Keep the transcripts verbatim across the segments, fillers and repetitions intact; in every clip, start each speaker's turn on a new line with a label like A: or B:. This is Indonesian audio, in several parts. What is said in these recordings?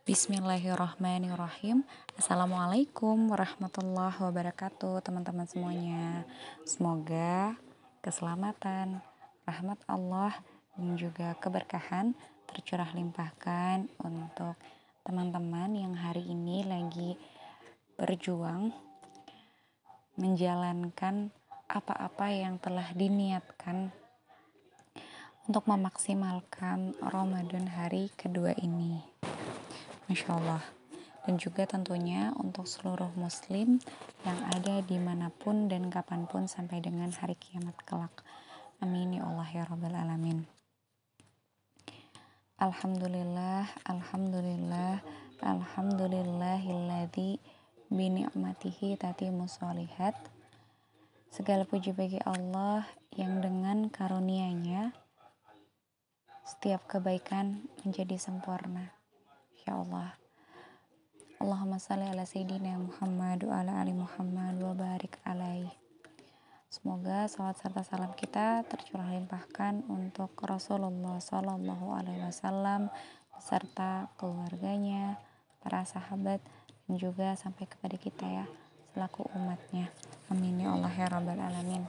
A: Bismillahirrahmanirrahim. Assalamualaikum warahmatullahi wabarakatuh, teman-teman semuanya. Semoga keselamatan, rahmat Allah, dan juga keberkahan tercurah limpahkan untuk teman-teman yang hari ini lagi berjuang menjalankan apa-apa yang telah diniatkan untuk memaksimalkan Ramadan hari kedua ini. Masya Allah. Dan juga tentunya untuk seluruh muslim yang ada dimanapun dan kapanpun sampai dengan hari kiamat kelak. Amin ya Allah ya Rabbal Alamin. Alhamdulillah, Alhamdulillah, Alhamdulillahilladzi bini'matihi tatimu sholihat. Segala puji bagi Allah yang dengan karunia-Nya setiap kebaikan menjadi sempurna. Ya Allah. Allahumma salli ala sayyidina Muhammad wa ala ali Muhammad wa barik alaih. Semoga salawat serta salam kita tercurah limpahkan untuk Rasulullah sallallahu alaihi wasallam beserta keluarganya, para sahabat, dan juga sampai kepada kita ya selaku umatnya. Amin ya Allah ya Rabbal Alamin.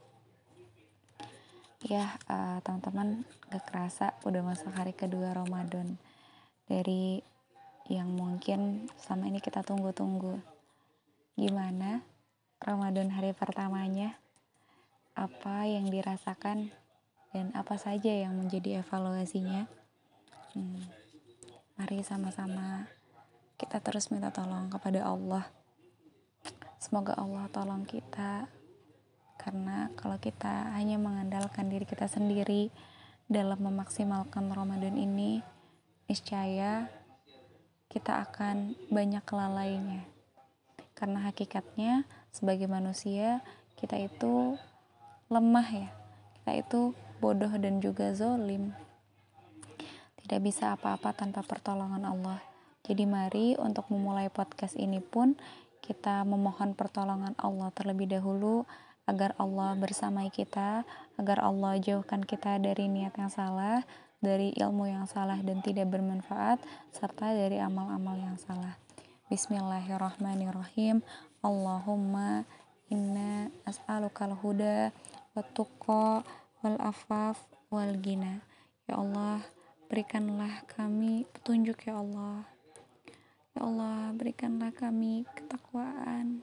A: Ya uh, teman-teman, gak kerasa udah masuk hari kedua Ramadan. Dari yang mungkin selama ini kita tunggu-tunggu. Gimana Ramadan hari pertamanya? Apa yang dirasakan dan apa saja yang menjadi evaluasinya? Hmm, mari sama-sama kita terus minta tolong kepada Allah. Semoga Allah tolong kita, karena kalau kita hanya mengandalkan diri kita sendiri dalam memaksimalkan Ramadan ini, niscaya kita akan banyak kelalainya. Karena hakikatnya sebagai manusia kita itu lemah ya. Kita itu bodoh dan juga zolim. Tidak bisa apa-apa tanpa pertolongan Allah. Jadi mari untuk memulai podcast ini pun kita memohon pertolongan Allah terlebih dahulu agar Allah bersamai kita, agar Allah jauhkan kita dari niat yang salah, dari ilmu yang salah dan tidak bermanfaat, serta dari amal-amal yang salah. Bismillahirrahmanirrahim. Allahumma inna as'alukal huda wa tuqa wal afaf wal gina. Ya Allah, berikanlah kami petunjuk ya Allah. Ya Allah, berikanlah kami ketakwaan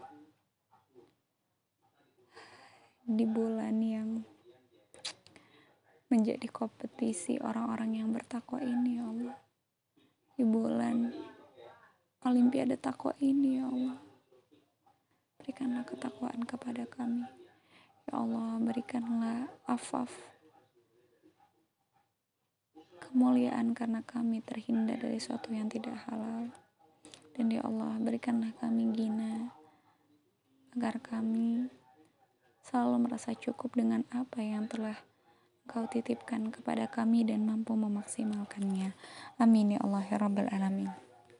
A: di bulan yang menjadi kompetisi orang-orang yang bertakwa ini ya Allah. Di bulan Olimpiade takwa ini ya Allah, berikanlah ketakwaan kepada kami ya Allah. Berikanlah afaf, kemuliaan karena kami terhindar dari sesuatu yang tidak halal. Dan ya Allah, berikanlah kami gina agar kami selalu merasa cukup dengan apa yang telah Kau titipkan kepada kami dan mampu memaksimalkannya. Amin ya Allah ya Rabbal Alamin.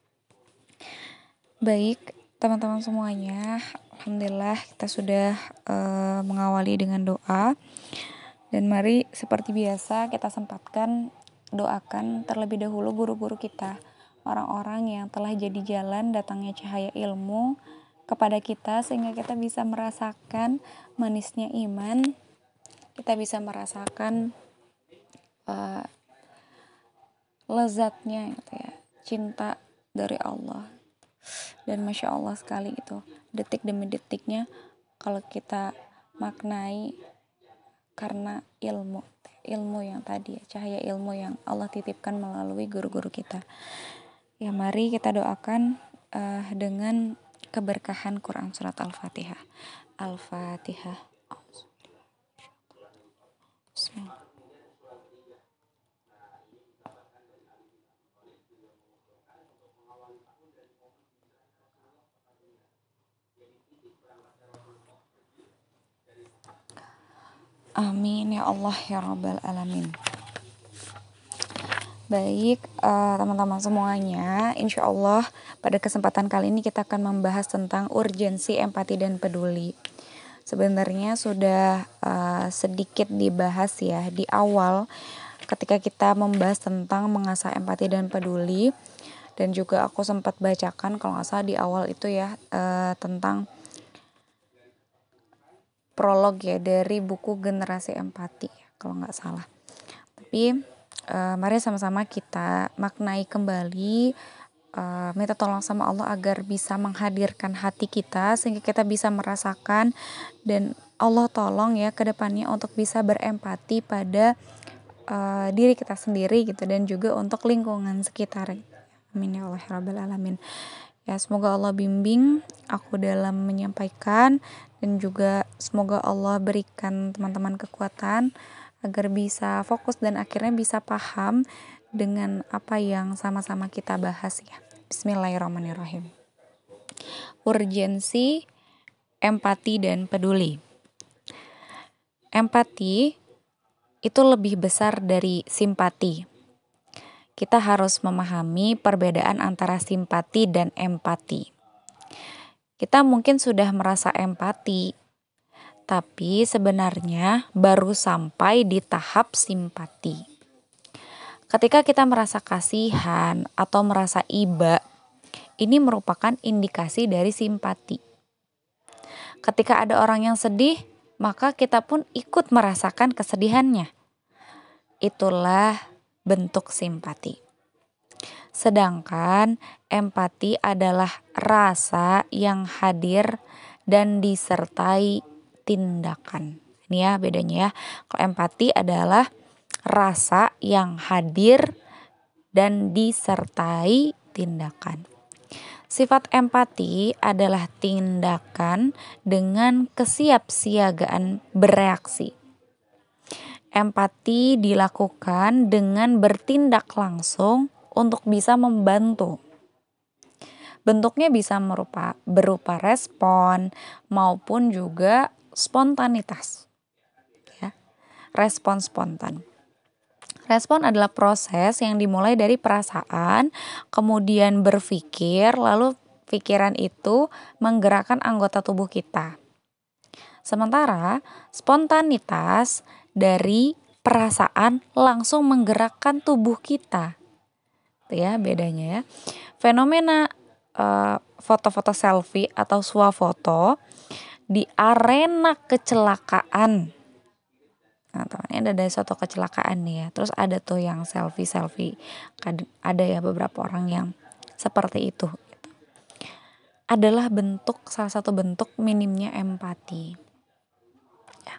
A: Baik teman-teman semuanya, alhamdulillah kita sudah uh, mengawali dengan doa. Dan mari seperti biasa kita sempatkan doakan terlebih dahulu guru-guru kita, orang-orang yang telah jadi jalan datangnya cahaya ilmu kepada kita, sehingga kita bisa merasakan manisnya iman, kita bisa merasakan uh, lezatnya gitu ya, cinta dari Allah. Dan Masya Allah sekali itu, detik demi detiknya kalau kita maknai karena ilmu ilmu yang tadi, cahaya ilmu yang Allah titipkan melalui guru-guru kita. Ya mari kita doakan uh, dengan keberkahan Quran surat Al-Fatihah. Al-Fatihah. Bismillah. Amin ya Allah ya Rabbal Alamin. Baik uh, teman-teman semuanya, insya Allah pada kesempatan kali ini kita akan membahas tentang urgensi empati dan peduli. Sebenarnya sudah uh, sedikit dibahas ya di awal ketika kita membahas tentang mengasah empati dan peduli. dan juga aku sempat bacakan kalau nggak salah di awal itu ya uh, tentang prolog ya dari buku Generasi Empati kalau nggak salah. Tapi uh, mari sama-sama kita maknai kembali, uh, minta tolong sama Allah agar bisa menghadirkan hati kita sehingga kita bisa merasakan, dan Allah tolong ya ke depannya untuk bisa berempati pada uh, diri kita sendiri gitu, dan juga untuk lingkungan sekitar. Amin ya Allah rabbal alamin. Ya, semoga Allah bimbing aku dalam menyampaikan, dan juga semoga Allah berikan teman-teman kekuatan agar bisa fokus dan akhirnya bisa paham dengan apa yang sama-sama kita bahas ya. Bismillahirrahmanirrahim. Urgensi empati dan peduli. Empati itu lebih besar dari simpati. Kita harus memahami perbedaan antara simpati dan empati. Kita mungkin sudah merasa empati, tapi sebenarnya baru sampai di tahap simpati. Ketika kita merasa kasihan atau merasa iba, ini merupakan indikasi dari simpati. Ketika ada orang yang sedih, maka kita pun ikut merasakan kesedihannya. Itulah bentuk simpati. Sedangkan empati adalah rasa yang hadir dan disertai tindakan. Ini ya bedanya ya. Kalau empati adalah rasa yang hadir dan disertai tindakan. Sifat empati adalah tindakan dengan kesiapsiagaan bereaksi. Empati dilakukan dengan bertindak langsung untuk bisa membantu. Bentuknya bisa merupa, berupa respon maupun juga spontanitas. Ya. Respon spontan. Respon adalah proses yang dimulai dari perasaan, kemudian berpikir, lalu pikiran itu menggerakkan anggota tubuh kita. Sementara spontanitas dari perasaan langsung menggerakkan tubuh kita. Itu ya bedanya ya. Fenomena uh, foto-foto selfie atau swafoto di arena kecelakaan. Nah, teman, ini ada suatu kecelakaan nih ya. Terus ada tuh yang selfie-selfie. Ada ya beberapa orang yang seperti itu. Adalah bentuk, salah satu bentuk minimnya empati. Ya.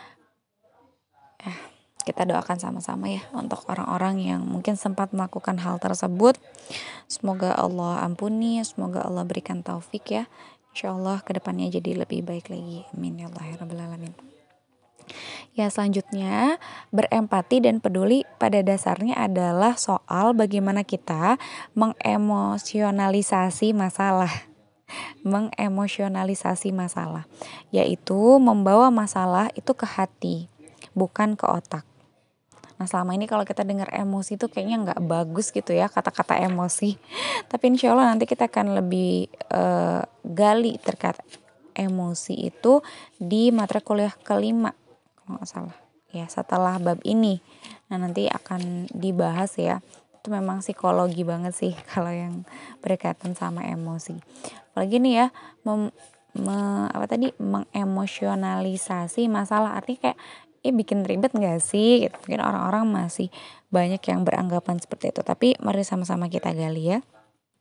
A: Eh, kita doakan sama-sama ya untuk orang-orang yang mungkin sempat melakukan hal tersebut. Semoga Allah ampuni, semoga Allah berikan taufik ya. Insyaallah kedepannya jadi lebih baik lagi. Amin ya Allah rabbal alamin. Ya, selanjutnya berempati dan peduli pada dasarnya adalah soal bagaimana kita mengemosionalisasi masalah. Mengemosionalisasi masalah, yaitu membawa masalah itu ke hati, bukan ke otak. Nah, selama ini kalau kita dengar emosi itu kayaknya nggak bagus gitu ya kata-kata emosi. Tapi insya Allah nanti kita akan lebih uh, gali terkait emosi itu di materi kuliah kelima. Nggak salah ya setelah bab ini. Nah nanti akan dibahas ya, itu memang psikologi banget sih kalau yang berkaitan sama emosi. Apalagi nih ya mem, me, apa tadi mengemosionalisasi masalah, artinya kayak eh bikin ribet nggak sih gitu. Mungkin orang-orang masih banyak yang beranggapan seperti itu, tapi mari sama-sama kita gali ya.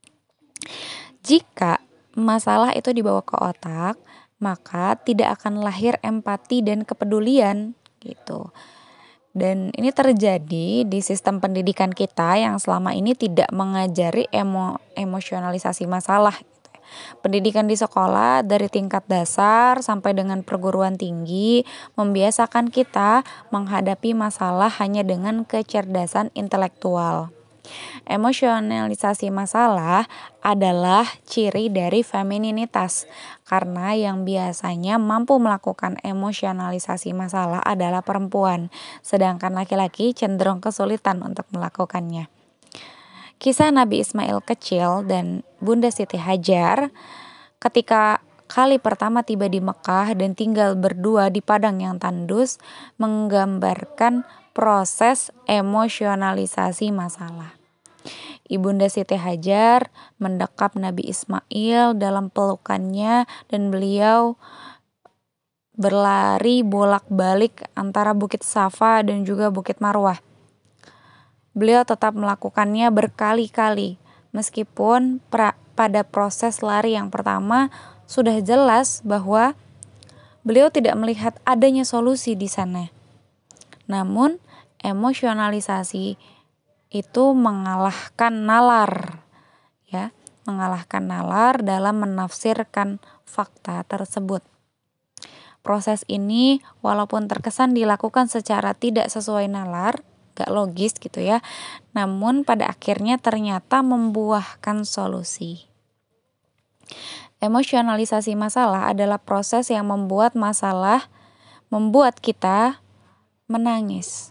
A: Jika masalah itu dibawa ke otak, maka tidak akan lahir empati dan kepedulian gitu. Dan ini terjadi di sistem pendidikan kita yang selama ini tidak mengajari emo, emosionalisasi masalah gitu. Pendidikan di sekolah dari tingkat dasar sampai dengan perguruan tinggi membiasakan kita menghadapi masalah hanya dengan kecerdasan intelektual. Emosionalisasi masalah adalah ciri dari femininitas, karena yang biasanya mampu melakukan emosionalisasi masalah adalah perempuan, sedangkan laki-laki cenderung kesulitan untuk melakukannya. Kisah Nabi Ismail kecil dan Bunda Siti Hajar ketika kali pertama tiba di Mekah dan tinggal berdua di padang yang tandus menggambarkan proses emosionalisasi masalah. Ibunda Siti Hajar mendekap Nabi Ismail dalam pelukannya dan beliau berlari bolak-balik antara Bukit Safa dan juga Bukit Marwah. Beliau tetap melakukannya berkali-kali, meskipun pra, pada proses lari yang pertama sudah jelas bahwa beliau tidak melihat adanya solusi di sana. Namun, emosionalisasi itu mengalahkan nalar, ya, mengalahkan nalar dalam menafsirkan fakta tersebut. Proses ini walaupun terkesan dilakukan secara tidak sesuai nalar, gak logis gitu ya, namun pada akhirnya ternyata membuahkan solusi. Emosionalisasi masalah adalah proses yang membuat masalah membuat kita menangis,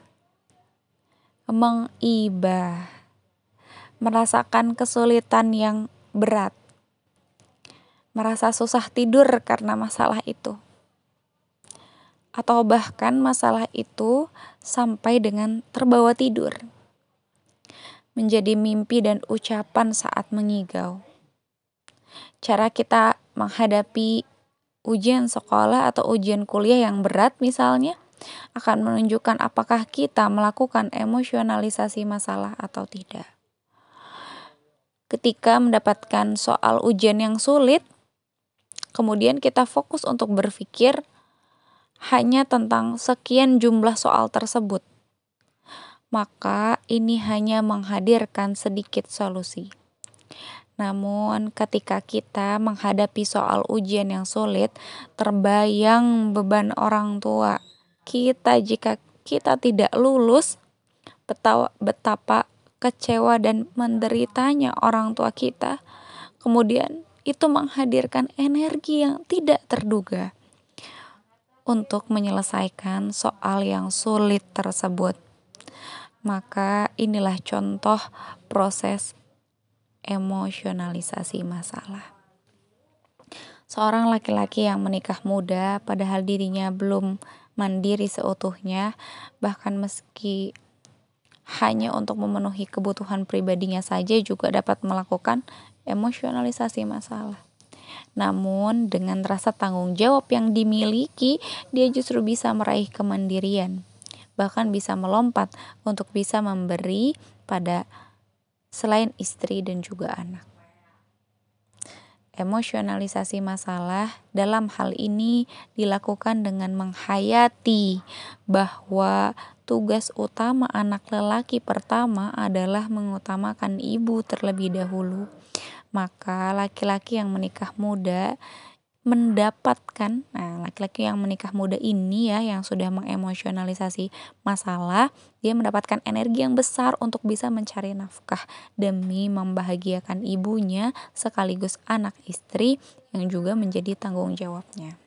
A: mengibah, merasakan kesulitan yang berat, merasa susah tidur karena masalah itu, atau bahkan masalah itu sampai dengan terbawa tidur, menjadi mimpi dan ucapan saat mengigau. Cara kita menghadapi ujian sekolah atau ujian kuliah yang berat misalnya akan menunjukkan apakah kita melakukan emosionalisasi masalah atau tidak. Ketika mendapatkan soal ujian yang sulit, kemudian kita fokus untuk berpikir hanya tentang sekian jumlah soal tersebut, maka ini hanya menghadirkan sedikit solusi. Namun ketika kita menghadapi soal ujian yang sulit, terbayang beban orang tua kita jika kita tidak lulus, betapa, betapa kecewa dan menderitanya orang tua kita. Kemudian itu menghadirkan energi yang tidak terduga untuk menyelesaikan soal yang sulit tersebut. Maka inilah contoh proses emosionalisasi masalah. Seorang laki-laki yang menikah muda padahal dirinya belum mandiri seutuhnya, bahkan meski hanya untuk memenuhi kebutuhan pribadinya saja juga dapat melakukan emosionalisasi masalah. Namun dengan rasa tanggung jawab yang dimiliki, dia justru bisa meraih kemandirian, bahkan bisa melompat untuk bisa memberi pada selain istri dan juga anak. Emosionalisasi masalah dalam hal ini dilakukan dengan menghayati bahwa tugas utama anak lelaki pertama adalah mengutamakan ibu terlebih dahulu. Maka laki-laki yang menikah muda mendapatkan, nah laki-laki yang menikah muda ini ya yang sudah mengemosionalisasi masalah, dia mendapatkan energi yang besar untuk bisa mencari nafkah demi membahagiakan ibunya sekaligus anak istri yang juga menjadi tanggung jawabnya.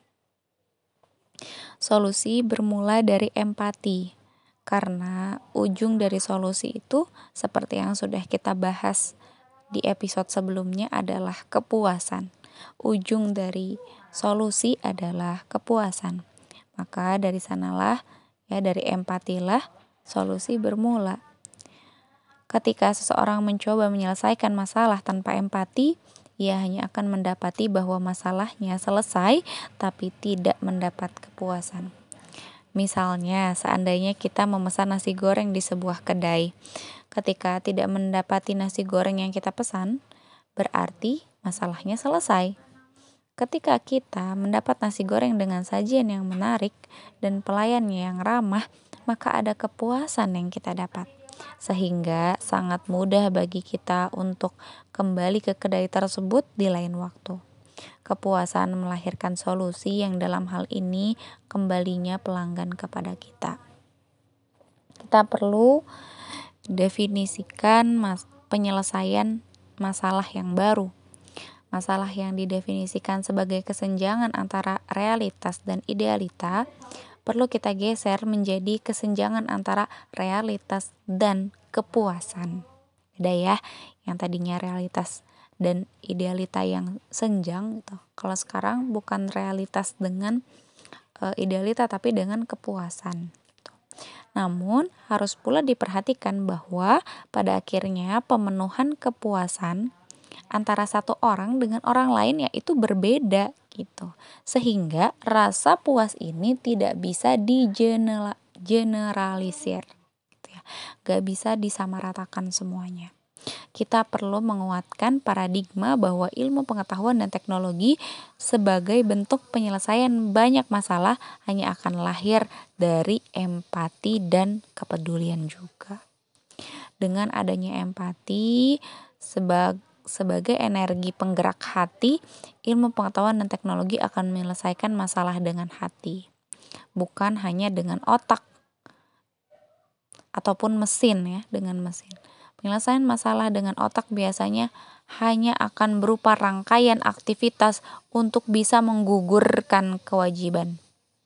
A: Solusi bermula dari empati, karena ujung dari solusi itu seperti yang sudah kita bahas di episode sebelumnya adalah kepuasan. Ujung dari solusi adalah kepuasan. Maka dari sanalah, ya dari empatilah solusi bermula. Ketika seseorang mencoba menyelesaikan masalah tanpa empati, ia hanya akan mendapati bahwa masalahnya selesai tapi tidak mendapat kepuasan. Misalnya, seandainya kita memesan nasi goreng di sebuah kedai. Ketika tidak mendapati nasi goreng yang kita pesan, berarti masalahnya selesai. Ketika kita mendapat nasi goreng dengan sajian yang menarik dan pelayannya yang ramah, maka ada kepuasan yang kita dapat. Sehingga sangat mudah bagi kita untuk kembali ke kedai tersebut di lain waktu. Kepuasan melahirkan solusi yang dalam hal ini kembalinya pelanggan kepada kita. Kita perlu definisikan mas- penyelesaian masalah yang baru. Masalah yang didefinisikan sebagai kesenjangan antara realitas dan idealita perlu kita geser menjadi kesenjangan antara realitas dan kepuasan. Beda ya, yang tadinya realitas dan idealita yang senjang gitu. Kalau sekarang bukan realitas dengan e, idealita tapi dengan kepuasan gitu. Namun, harus pula diperhatikan bahwa pada akhirnya pemenuhan kepuasan antara satu orang dengan orang lain yaitu berbeda gitu. Sehingga rasa puas ini tidak bisa digeneralisir gitu ya. Gak bisa disamaratakan semuanya. Kita perlu menguatkan paradigma bahwa ilmu pengetahuan dan teknologi sebagai bentuk penyelesaian banyak masalah hanya akan lahir dari empati dan kepedulian juga. Dengan adanya empati sebagai sebagai energi penggerak hati, ilmu pengetahuan dan teknologi akan menyelesaikan masalah dengan hati, bukan hanya dengan otak ataupun mesin ya, dengan mesin. Penyelesaian masalah dengan otak biasanya hanya akan berupa rangkaian aktivitas untuk bisa menggugurkan kewajiban.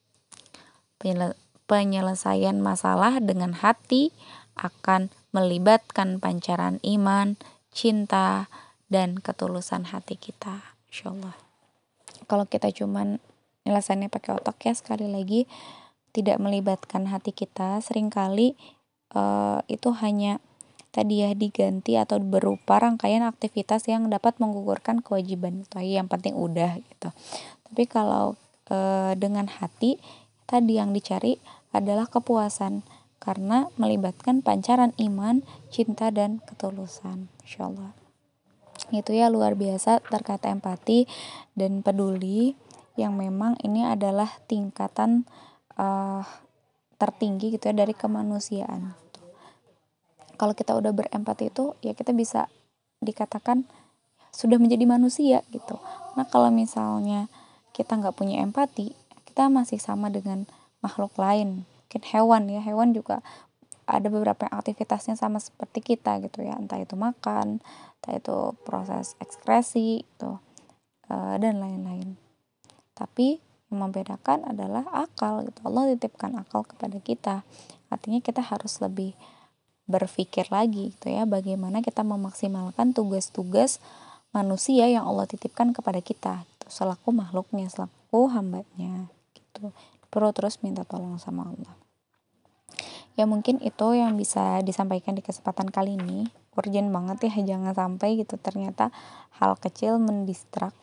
A: Penyelesaian masalah dengan hati akan melibatkan pancaran iman, cinta, dan ketulusan hati kita, insyaallah. Kalau kita cuman nyelesainnya pakai otak ya, sekali lagi tidak melibatkan hati kita, seringkali uh, itu hanya tadi ya diganti atau berupa rangkaian aktivitas yang dapat menggugurkan kewajiban. Itu yang penting udah gitu. Tapi kalau uh, dengan hati tadi yang dicari adalah kepuasan karena melibatkan pancaran iman, cinta, dan ketulusan, insyaallah. Itu ya luar biasa terkait empati dan peduli yang memang ini adalah tingkatan uh, tertinggi gitu ya dari kemanusiaan. Kalau kita udah berempati itu ya kita bisa dikatakan sudah menjadi manusia gitu. Nah kalau misalnya kita nggak punya empati, kita masih sama dengan makhluk lain, mungkin hewan ya, hewan juga ada beberapa aktivitasnya sama seperti kita gitu ya, entah itu makan, entah itu proses ekskresi gitu, uh, dan lain-lain. Tapi yang membedakan adalah akal gitu. Allah titipkan akal kepada kita, artinya kita harus lebih berpikir lagi gitu ya, bagaimana kita memaksimalkan tugas-tugas manusia yang Allah titipkan kepada kita gitu, selaku makhluknya, selaku hambanya gitu. Perlu terus minta tolong sama Allah. Ya mungkin itu yang bisa disampaikan di kesempatan kali ini. Urgent banget ya, jangan sampai gitu ternyata hal kecil mendistrak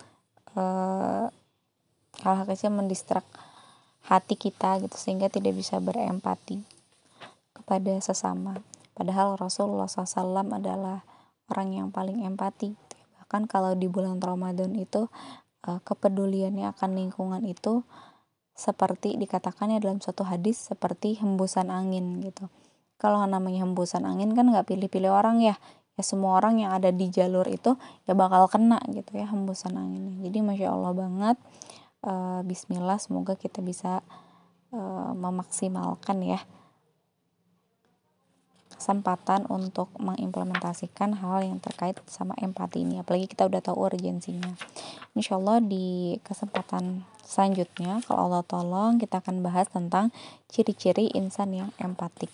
A: uh, hal kecil mendistrak hati kita gitu sehingga tidak bisa berempati kepada sesama. Padahal Rasulullah shallallahu alaihi wasallam adalah orang yang paling empati gitu. Bahkan kalau di bulan Ramadan itu uh, kepeduliannya akan lingkungan itu seperti dikatakannya dalam suatu hadis seperti hembusan angin gitu. Kalau namanya hembusan angin kan nggak pilih-pilih orang ya, ya semua orang yang ada di jalur itu ya bakal kena gitu ya hembusan anginnya. Jadi masya Allah banget. Uh, Bismillah, semoga kita bisa uh, memaksimalkan ya kesempatan untuk mengimplementasikan hal yang terkait sama empati ini, apalagi kita udah tahu urgensinya. Insyaallah di kesempatan selanjutnya kalau Allah tolong kita akan bahas tentang ciri-ciri insan yang empatik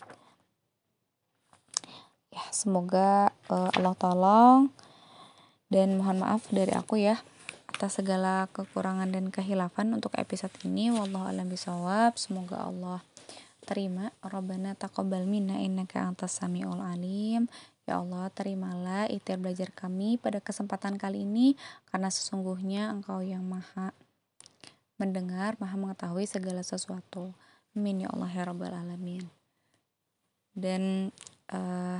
A: ya. Semoga uh, Allah tolong, dan mohon maaf dari aku ya atas segala kekurangan dan kehilafan untuk episode ini. Wallahu a'lam bishawab. Semoga Allah terima. Rabbana taqabbal minna innaka antas samiul alim. Ya Allah, terimalah ikhtiar belajar kami pada kesempatan kali ini, karena sesungguhnya Engkau yang maha mendengar, maha mengetahui segala sesuatu. Amin ya Allah ya rabbal alamin. Dan uh,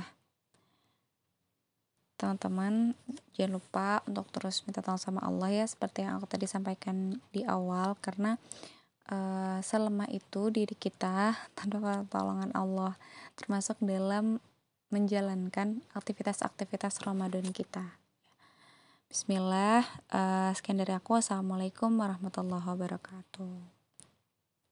A: teman-teman jangan lupa untuk terus minta tolong sama Allah ya, seperti yang aku tadi sampaikan di awal, karena Uh, selemah itu diri kita tanpa pertolongan Allah, termasuk dalam menjalankan aktivitas-aktivitas Ramadan kita. Bismillah, uh, sekian dari aku. Assalamualaikum warahmatullahi wabarakatuh.